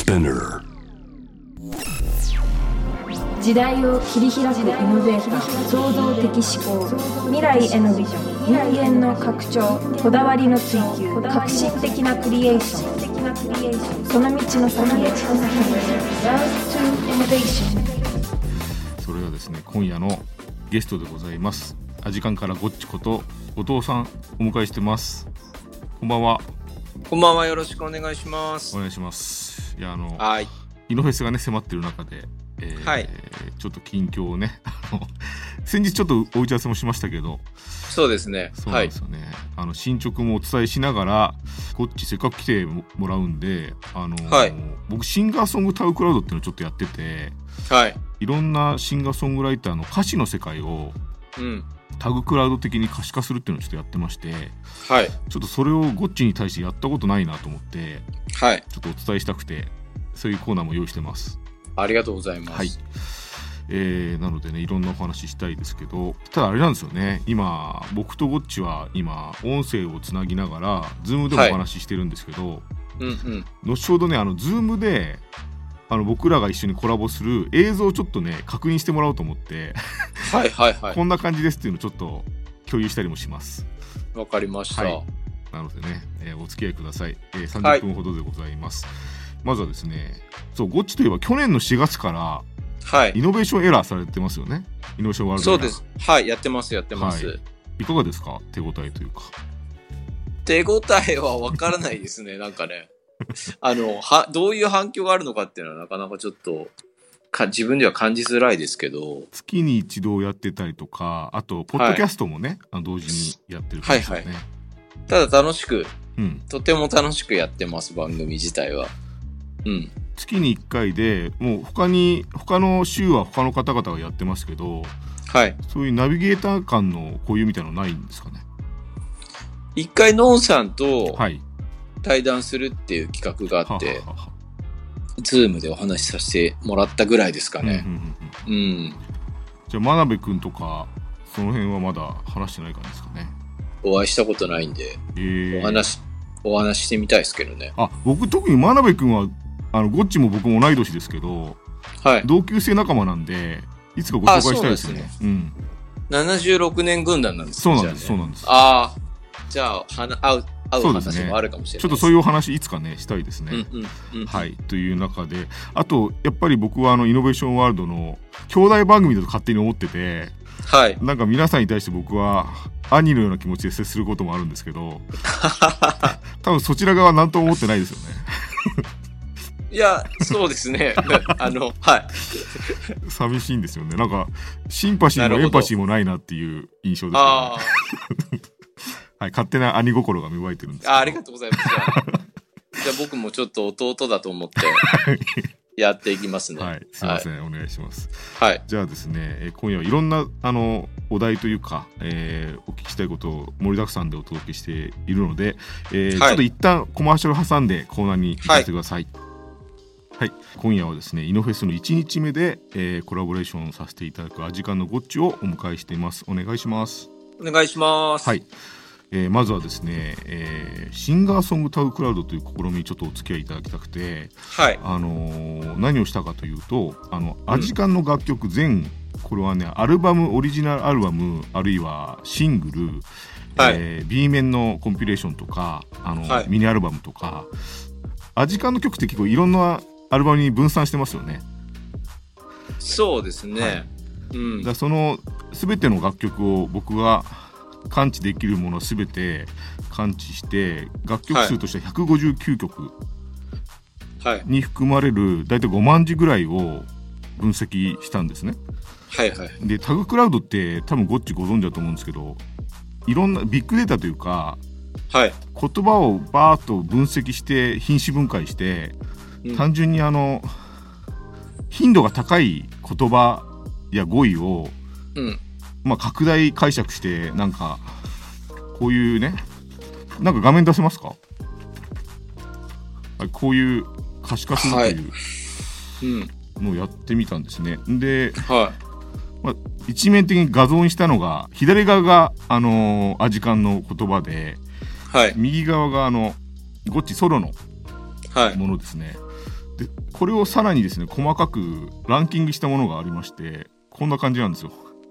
Spinner。 時代を切り開くイノベーター、創造的思考、未来へのビジョン、人間の拡張、こだわりの追求、革新的なクリエーション、その道の先へ。 Route to Innovation。 それではですね、今夜のゲストでございます。アジカンからゴッチこと後藤さんお迎えしてます。こんばんは。 こんばんは、よろしくお願いします。 お願いします。いや、 はい、 イノフェスがね迫ってる中で、 はい、 ちょっと近況をね先日ちょっとお打ち合わせもしましたけど、 そうですね、 そうなんですよね、はい、進捗もお伝えしながら、こっちせっかく来てもらうんで、 はい、 僕シンガーソングタウクラウドっていうのをちょっとやってて、 はい、 いろんなシンガーソングライターの歌詞の世界を、タグクラウド的に可視化するっていうのをちょっとやってまして、 はい、 ちょっとそれをゴッチに対してやったことないなと思って、 はい、 ちょっとお伝えしたくて、そういうコーナーも用意してます。 ありがとうございます。 はい、なのでね、いろんなお話したいですけど、ただあれなんですよね、今僕とゴッチは今音声をつなぎながら Zoom でもお話ししてるんですけど、後ほどね、Zoom で僕らが一緒にコラボする映像をちょっとね確認してもらおうと思ってはいはいはい、 こんな感じですっていうのをちょっと共有したりもします。 わかりました、はい、 なのでね、お付き合いください。30分ほどでございます、はい。まずはですね、そうゴッチといえば去年の4月からイノベーションエラーされてますよね。イノベーションワールドエラー。 そうです、はい、やってます、はい、 いかがですか、手応えというか。 手応えはわからないですねなんかねどういう反響があるのかっていうのはなかなかちょっと自分では感じづらいですけど、 月に一度やってたりとか、あとポッドキャストもね、同時にやってるんですよね、はいはい、 ただ楽しく、とても楽しくやってます、番組自体は。 月に1回でもう他の週は他の方々がやってますけど、はい、そういうナビゲーター間の交流みたいなのないんですかね。 一回ノンさんと対談するっていう企画があって、ズームでお話しさせてもらったぐらいですかね。 じゃあ真鍋くんとかその辺はまだ話してない感じですかね。 お会いしたことないんで、お話してみたいですけどね。 僕特に真鍋くんはゴッチも僕も同い年ですけど、はい、同級生仲間なんでいつかご紹介したいですね。 76年軍団なんですね。 そうなんです、そうなんです。 じゃあ会う話もあるかもしれないですね。ちょっとそういうお話いつかねしたいですね。はい、という中で、あとやっぱり僕はイノベーションワールドの兄弟番組だと勝手に思ってて、はい、なんか皆さんに対して僕は兄のような気持ちで接することもあるんですけど多分そちら側は何とも思ってないですよねいや、そうですねはい、 寂しいんですよね。なんかシンパシーもエンパシーもないなっていう印象ですよねはい、勝手な兄心が芽生えてるんですけど。 ありがとうございます。じゃあ僕もちょっと弟だと思ってやっていきますね。 はい、すいません、はい、お願いします。 はい。 じゃあですね、今夜はいろんなお題というか、お聞きしたいことを盛りだくさんでお届けしているので、ちょっと一旦コマーシャル挟んでコーナーに行かせてください。はい、今夜はですね、イノフェスの1日目で、コラボレーションさせていただくアジカンのゴッチをお迎えしています。お願いします。 お願いします。 はい。まずはですね、シンガーソングタウクラウドという試みにちょっとお付き合いいただきたくて、 はい、 何をしたかというと、アジカンの楽曲全、これはね、アルバム、オリジナルアルバム、あるいはシングル、はい、B 面のコンピレーションとかはい、ミニアルバムとか、アジカンの曲って結構いろんなアルバムに分散してますよね。 そうですね、 はい、だその全ての楽曲を僕が感知できるものすべて感知して、楽曲数としては159曲に含まれるだいたい5万字ぐらいを分析したんですね。 はいはい。 でタグクラウドって多分ゴッチご存知だと思うんですけど、いろんなビッグデータというか、はい、言葉をバーッと分析して品詞分解して、単純に頻度が高い言葉や語彙を、拡大解釈して、なんかこういうね、なんか画面出せますか？こういう可視化するというのをやってみたんですね。で、一面的に画像にしたのが、左側がアジカンの言葉で、右側がゴッチソロのものですね。 でこれをさらにですね細かくランキングしたものがありまして、こんな感じなんですよ。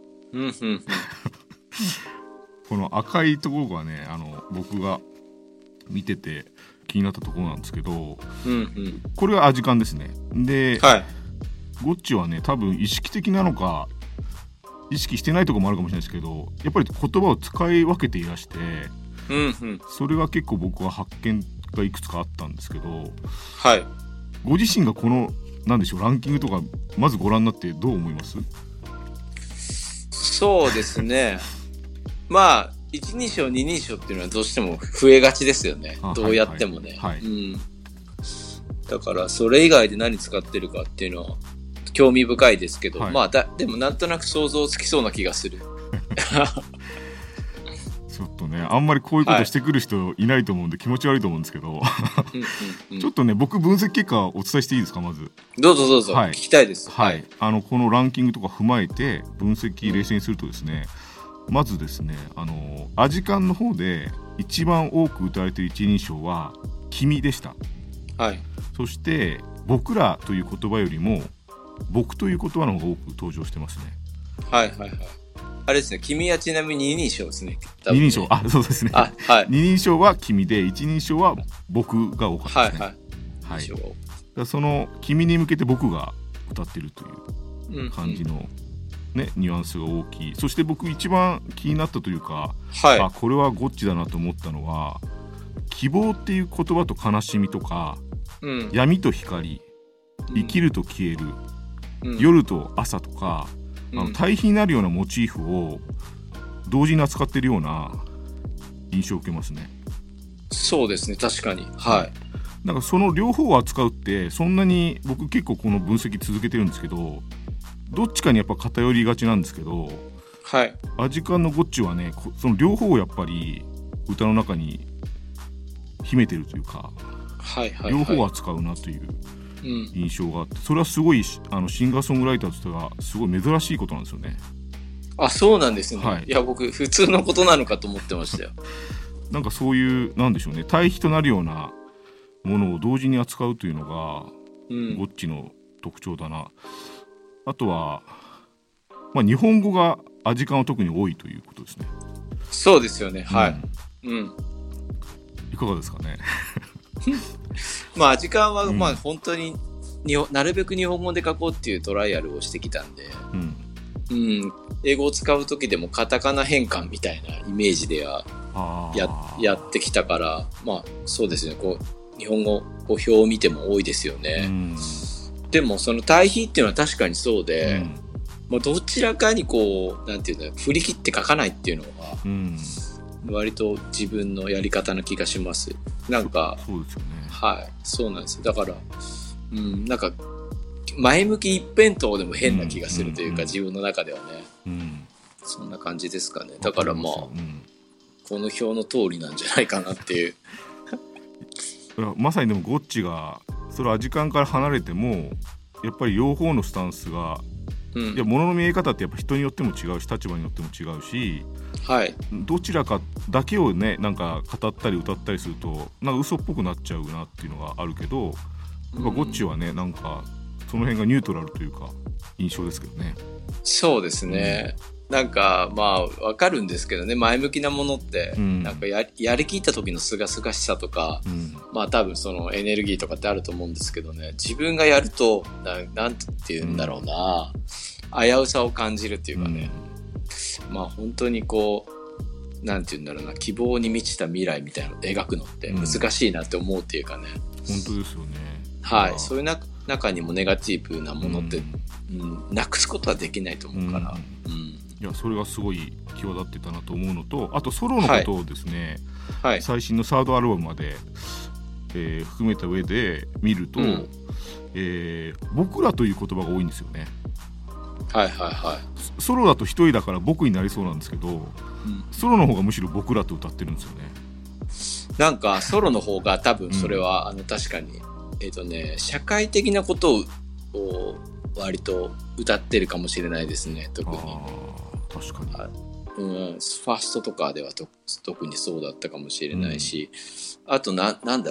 この赤いところがね僕が見てて気になったところなんですけど、これはアジカンですね。で、ゴッチはね多分意識的なのか意識してないところもあるかもしれないですけど、やっぱり言葉を使い分けていらして、それが結構僕は発見がいくつかあったんですけど、ご自身がこのなんでしょうランキングとかまずご覧になってどう思います？ そうですねまあ一人称二人称っていうのはどうしても増えがちですよね。どうやってもね、だからそれ以外で何使ってるかっていうのは興味深いですけど、でもなんとなく想像つきそうな気がするちょっとねあんまりこういうことしてくる人いないと思うんで気持ち悪いと思うんですけどちょっとね僕分析結果をお伝えしていいですか？まずどうぞ聞きたいです。 このランキングとか踏まえて分析冷静にするとですね、まずですねアジカンの方で一番多く歌われている一人称は君でした。そして僕らという言葉よりも僕という言葉の方が多く登場してますね。 あれですね、君はちなみに二人称ですね。 二人称、そうですね。二人称は君で一人称は僕が多かったですね。その君に向けて僕が歌ってるという感じのね、ニュアンスが大きい。そして僕一番気になったというか、これはゴッチだなと思ったのは希望っていう言葉と悲しみとか、闇と光、生きると消える、夜と朝とか対比になるようなモチーフを同時に扱っているような印象を受けますね。 そうですね、確かに。 なんかその両方を扱うってそんなに僕結構この分析続けてるんですけど、どっちかにやっぱ偏りがちなんですけど、アジカンのゴッチはねその両方をやっぱり歌の中に秘めてるというか、両方を扱うなという印象があって、それはすごいシンガーソングライターとしてはすごい珍しいことなんですよね。 そうなんですね。いや僕普通のことなのかと思ってましたよなんかそういうなんでしょうね、対比となるようなものを同時に扱うというのが、ゴッチの特徴だな。あとは、日本語がアジカンは特に多いということですね。 そうですよね。 いかがですかねアジカンは本当になるべく日本語で書こうっていうトライアルをしてきたんで、英語を使う時でもカタカナ変換みたいなイメージではやってきたから、そうですね、こう日本語表を見ても多いですよね。でもその対比っていうのは確かにそうで、どちらかにこうなんていうんだろう、振り切って書かないっていうのは、割と自分のやり方な気がします。なんかそうですよね。 そうなんですよ。だからなんか前向き一辺倒でも変な気がするというか、自分の中ではね、そんな感じですかね。だからこの表の通りなんじゃないかなっていうまさにでもゴッチがそれアジカンから離れてもやっぱり両方のスタンスが、いや物の見え方ってやっぱ人によっても違うし立場によっても違うし、どちらかだけをねなんか語ったり歌ったりするとなんか嘘っぽくなっちゃうなっていうのがあるけど、やっぱゴッチはねなんかその辺がニュートラルというか印象ですけどね。 そうですね、なんかわかるんですけどね、前向きなものって、なんかやりきった時のすがすがしさとか、多分そのエネルギーとかってあると思うんですけどね、自分がやるとなんて言うんだろうな、危うさを感じるっていうかね、本当にこうなんて言うんだろうな、希望に満ちた未来みたいなのを描くのって難しいなって思うっていうかね。 本当ですよね。 そういう中にもネガティブなものって、なくすことはできないと思うから、 いやそれがすごい際立ってたなと思うのと、あとソロのことをですね、最新のサードアルバムまで、含めた上で見ると、僕らという言葉が多いんですよね。ソロだと一人だから僕になりそうなんですけど、ソロの方がむしろ僕らと歌ってるんですよね。 なんかソロの方が多分それは、確かに社会的なことを割と歌ってるかもしれないですね。特に確かに、 ファーストとかでは特にそうだったかもしれないし、あとなんだろうな、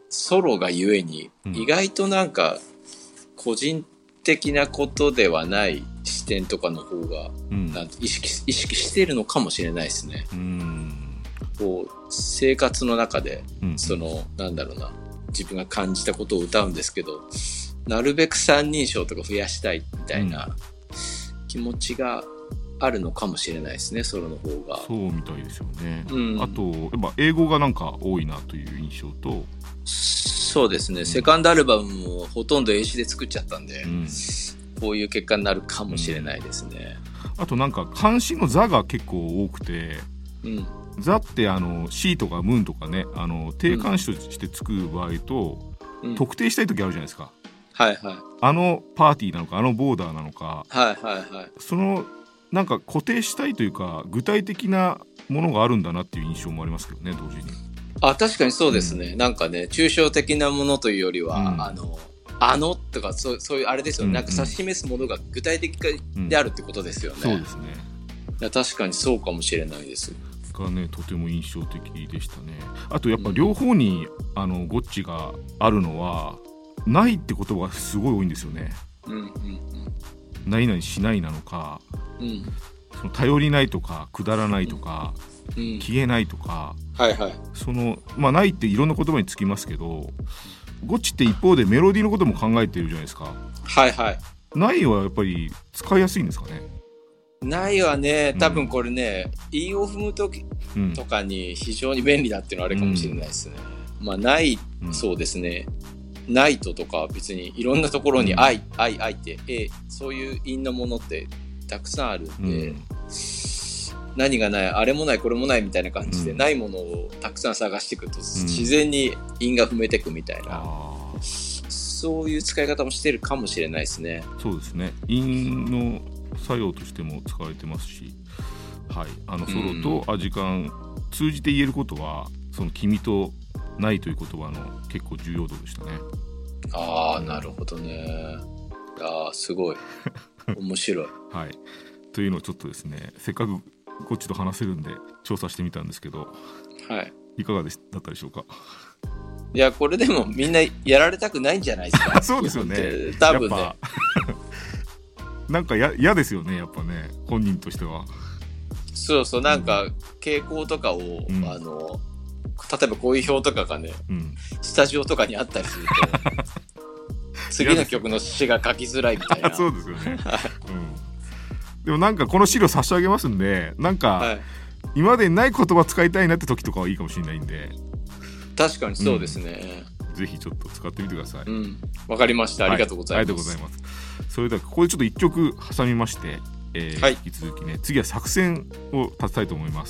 ソロがゆえに、意外となんか個人的なことではない視点とかの方が、なんて意識しているのかもしれないですね。こう生活の中で、なんだろうな、自分が感じたことを歌うんですけど、なるべく三人称とか増やしたいみたいな気持ちがあるのかもしれないですね、ソロの方が。 そうみたいですよね。あとやっぱ英語がなんか多いなという印象と、 そうですね、セカンドアルバムもほとんど英詞で作っちゃったんで、こういう結果になるかもしれないですね。 あとなんか漢詞の座が結構多くて、座ってシーとかムーンとかね、定冠詞としてつく場合と、特定したい時あるじゃないですか。パーティーなのかボーダーなのか、そのなんか固定したいというか具体的なものがあるんだなっていう印象もありますけどね、同時に。 確かにそうですね、なんかね、抽象的なものというよりは、とかそういうあれですよね、なんか指し示すものが具体的であるってことですよね。 そうですね。 いや確かにそうかもしれないですがね、とても印象的でしたね。あとやっぱ両方に、ゴッチがあるのはないって言葉がすごい多いんですよね。何々しないなのか、その頼りないとかくだらないとか、消えないとか、そのないっていろんな言葉につきますけど、ゴッチって一方でメロディーのことも考えてるじゃないですか。ないはやっぱり使いやすいんですかね。 ないはね、多分これね、韻を踏むときとかに非常に便利だっていうのはあれかもしれないですね。ない、そうですね。ないとか別にいろんなところに愛って、そういう韻のものってたくさんあるんで、何がない、あれもないこれもないみたいな感じで、ないものをたくさん探していくと、自然に韻が踏めていくみたいな、そういう使い方もしてるかもしれないですね。 そうですね。韻の作用としても使われてますし、ソロとアジカン通じて言えることは、その君とないという言葉の結構重要度でしたね。 なるほどね。すごい面白いというのをちょっとですね、せっかくゴッチと話せるんで調査してみたんですけど、いかがだったでしょうか。 いや、これでもみんなやられたくないんじゃないですか。 そうですよね、 多分ね。 なんか嫌ですよね、やっぱね、本人としては。 そうなんか傾向とかを、例えばこういう表とかがね、スタジオとかにあったりすると次の曲の詩が書きづらいみたいな。 そうですよね。でもなんかこの資料差し上げますんで、なんか、今までにない言葉使いたいなって時とかはいいかもしれないんで。 確かにそうですね。 ぜひちょっと使ってみてください。 わかりました。ありがとうございます。 ありがとうございます。それではここでちょっと1曲挟みまして、引き続きね、次は作戦を立てたいと思います。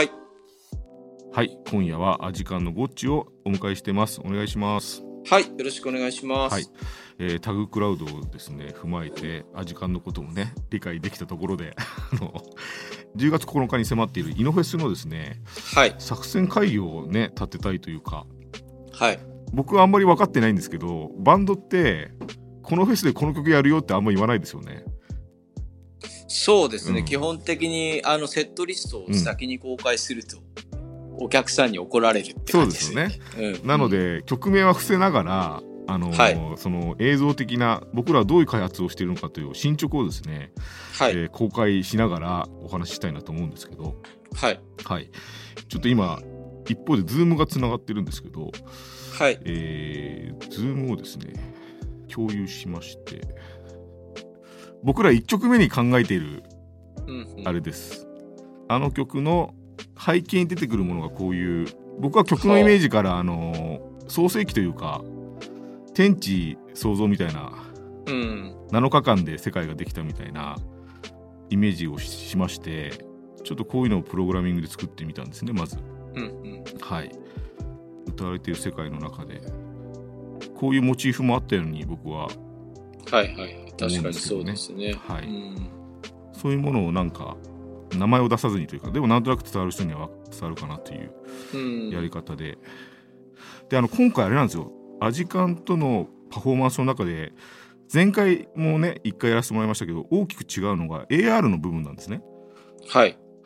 今夜はアジカンのゴッチをお迎えしてます。お願いします。 よろしくお願いします。 タグクラウドをですね踏まえてアジカンのこともね理解できたところで10月9日に迫っているイノフェスのですね、作戦会議をね立てたいというか、僕はあんまり分かってないんですけど、バンドってこのフェスでこの曲やるよってあんまり言わないですよね。 そうですね、基本的にセットリストを先に公開すると、お客さんに怒られるって感じですね。 そうですよね。なので曲名は伏せながらその映像的な僕らはどういう開発をしているのかという進捗をですね、公開しながらお話ししたいなと思うんですけど、ちょっと今一方で Zoom がつながってるんですけど、Zoom をですね共有しまして、僕ら1曲目に考えているあれです。曲の背景に出てくるものがこういう、僕は曲のイメージから創世記というか天地創造みたいな、7日間で世界ができたみたいなイメージを しまして、ちょっとこういうのをプログラミングで作ってみたんですね。まず、歌われている世界の中でこういうモチーフもあったように僕は確かにそうですね。 そういうものをなんか名前を出さずにというか、でもなんとなく伝わる人には伝わるかなというやり方で、今回あれなんですよ、アジカンとのパフォーマンスの中で前回もね1回やらせてもらいましたけど、大きく違うのが AR の部分なんですね。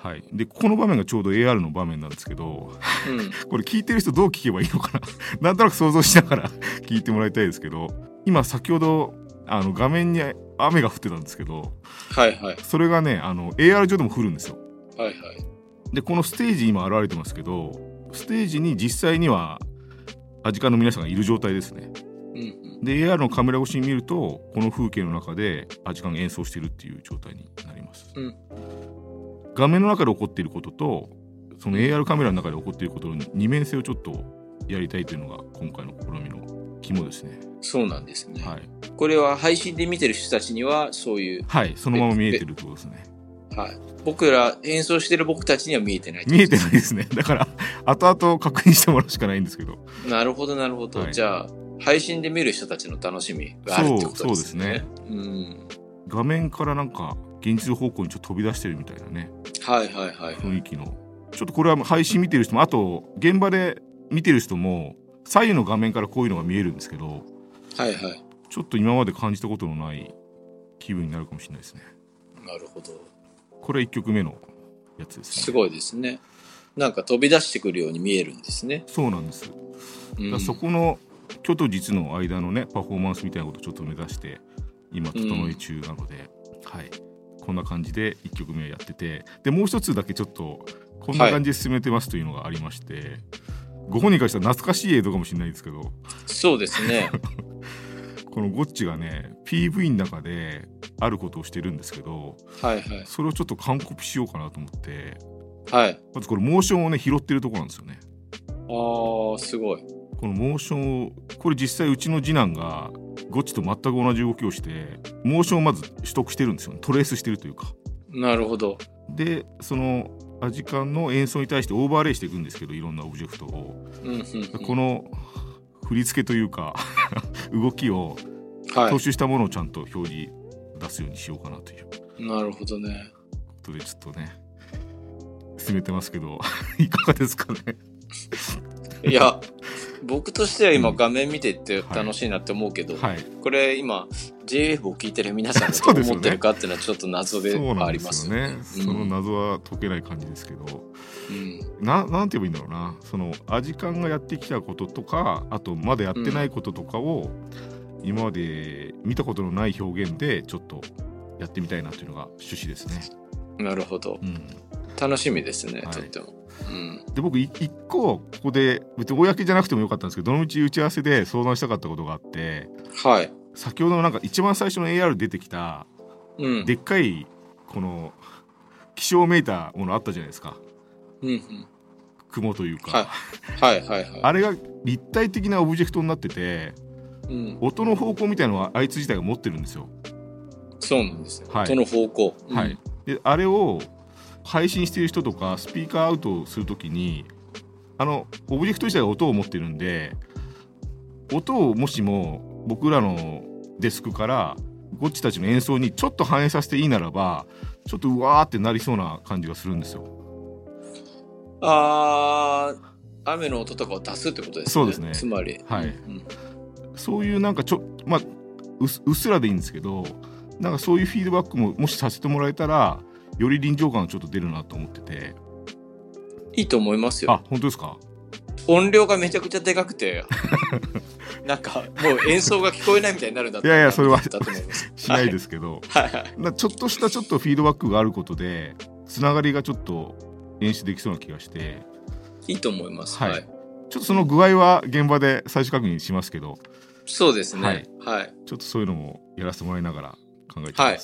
はい、でこの場面がちょうど AR の場面なんですけど、これ聞いてる人どう聞けばいいのかななんとなく想像しながら聞いてもらいたいですけど、今先ほど画面に雨が降ってたんですけど、 はいはい、 それがねAR 上でも降るんですよ。 はいはい、 でこのステージ今現れてますけど、ステージに実際にはアジカンの皆さんがいる状態ですね。で AR のカメラ越しに見るとこの風景の中でアジカンが演奏しているっていう状態になります。画面の中で起こっていることとその AR カメラの中で起こっていることの二面性をちょっとやりたいというのが今回の試みの肝ですね。 そうなんですね、 はい、 これは配信で見てる人たちにはそういう、 はい、そのまま見えてるってことですね。 はい、僕ら演奏してる僕たちには見えてない、 見えてないですね。だから後々確認してもらうしかないんですけど。 なるほどなるほど、はい、じゃあ配信で見る人たちの楽しみがあるってことですね。 そうですね、画面からなんか現実方向にちょっと飛び出してるみたいなね、 はいはいはい、 雰囲気のちょっとこれは配信見てる人もあと現場で見てる人も左右の画面からこういうのが見えるんですけど、 はいはい、 ちょっと今まで感じたことのない気分になるかもしれないですね。 なるほど。 これ1曲目のやつですね。 すごいですね。なんか飛び出してくるように見えるんですね。 そうなんです、そこの虚と実の間のねパフォーマンスみたいなことをちょっと目指して今整え中なので、はい、こんな感じで1曲目やってて、でもう一つだけちょっとこんな感じで進めてますというのがありまして、ご本人からしたら懐かしい映像かもしれないですけど、 そうですねこのゴッチがね PV の中であることをしてるんですけど、 はいはい、 それをちょっと完コピしようかなと思って、 はい、 まずこれモーションをね拾ってるところなんですよね。 すごい。 このモーションをこれ実際うちの次男がゴッチと全く同じ動きをしてモーションをまず取得してるんですよね。トレースしてるというか。 なるほど。 でそのアジカンの演奏に対してオーバーレイしていくんですけど、いろんなオブジェクトを、この振り付けというか動きを踏襲したものをちゃんと表示出すようにしようかなという。 なるほどね。 ことでちょっとね進めてますけどいかがですかね。 いや僕としては今画面見てって楽しいなって思うけど、はい、これ今 JF を聞いてる皆さんがどう思ってるかっていうのはちょっと謎ではありますよね。 その謎は解けない感じですけど、なんて言えばいいんだろうな、そのアジカンがやってきたこととかあとまだやってないこととかを、今まで見たことのない表現でちょっとやってみたいなというのが趣旨ですね。 なるほど、楽しみですね、とっても。 で僕一個ここで別に公じゃなくてもよかったんですけど、どの道打ち合わせで相談したかったことがあって、 はい、 先ほどのなんか一番最初の AR 出てきた、でっかいこの気象めいたものあったじゃないですか、雲というか、あれが立体的なオブジェクトになってて、音の方向みたいなのはあいつ自体が持ってるんですよ。 そうなんですよ、音の方向、 であれを配信している人とかスピーカーアウトするときにオブジェクト自体が音を持ってるんで、音をもしも僕らのデスクからゴッチたちの演奏にちょっと反映させていいならばちょっとうわーってなりそうな感じがするんですよ。 雨の音とかを足すってことですね。 そうですね、 つまり、 そういうなんかうっすらでいいんですけど、なんかそういうフィードバックももしさせてもらえたらより臨場感がちょっと出るなと思ってて。 いいと思いますよ。 あ、本当ですか。 音量がめちゃくちゃでかくてなんかもう演奏が聞こえないみたいになるんだったら、 いやそれはしないですけど、ちょっとしたちょっとフィードバックがあることでつながりがちょっと演出できそうな気がしていいと思います。 ちょっとその具合は現場で最終確認しますけど。 そうですね、 ちょっとそういうのもやらせてもらいながら考えてます。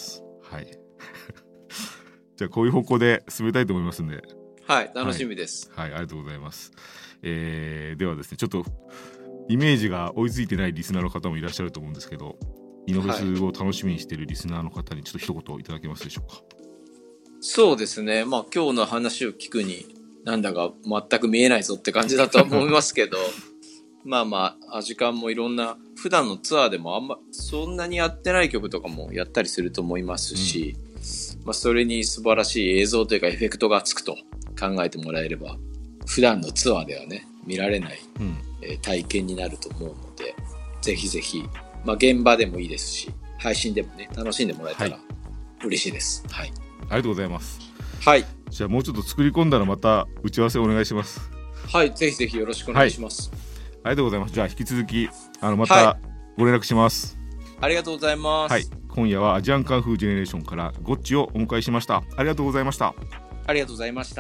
じゃあこういう方向で進めたいと思いますんで、 楽しみです。 ありがとうございます。ではですね、ちょっとイメージが追いついてないリスナーの方もいらっしゃると思うんですけど、イノフェスを楽しみにしているリスナーの方にちょっと一言いただけますでしょうか。 そうですね、今日の話を聞くになんだか全く見えないぞって感じだとは思いますけどアジカンもいろんな普段のツアーでもそんなにやってない曲とかもやったりすると思いますし、それに素晴らしい映像というかエフェクトがつくと考えてもらえれば普段のツアーではね見られない、体験になると思うので、ぜひぜひ、現場でもいいですし配信でもね楽しんでもらえたら嬉しいです。 ありがとうございます。 じゃあもうちょっと作り込んだらまた打ち合わせお願いします。 はい、ぜひぜひよろしくお願いします。 はい、ありがとうございます。じゃあ引き続きまたご連絡します。 ありがとうございます。 はい、今夜はアジアンカンフージェネレーションからゴッチをお迎えしました。ありがとうございました。 ありがとうございました。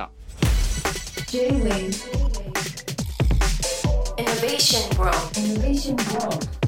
J-Wave Innovation World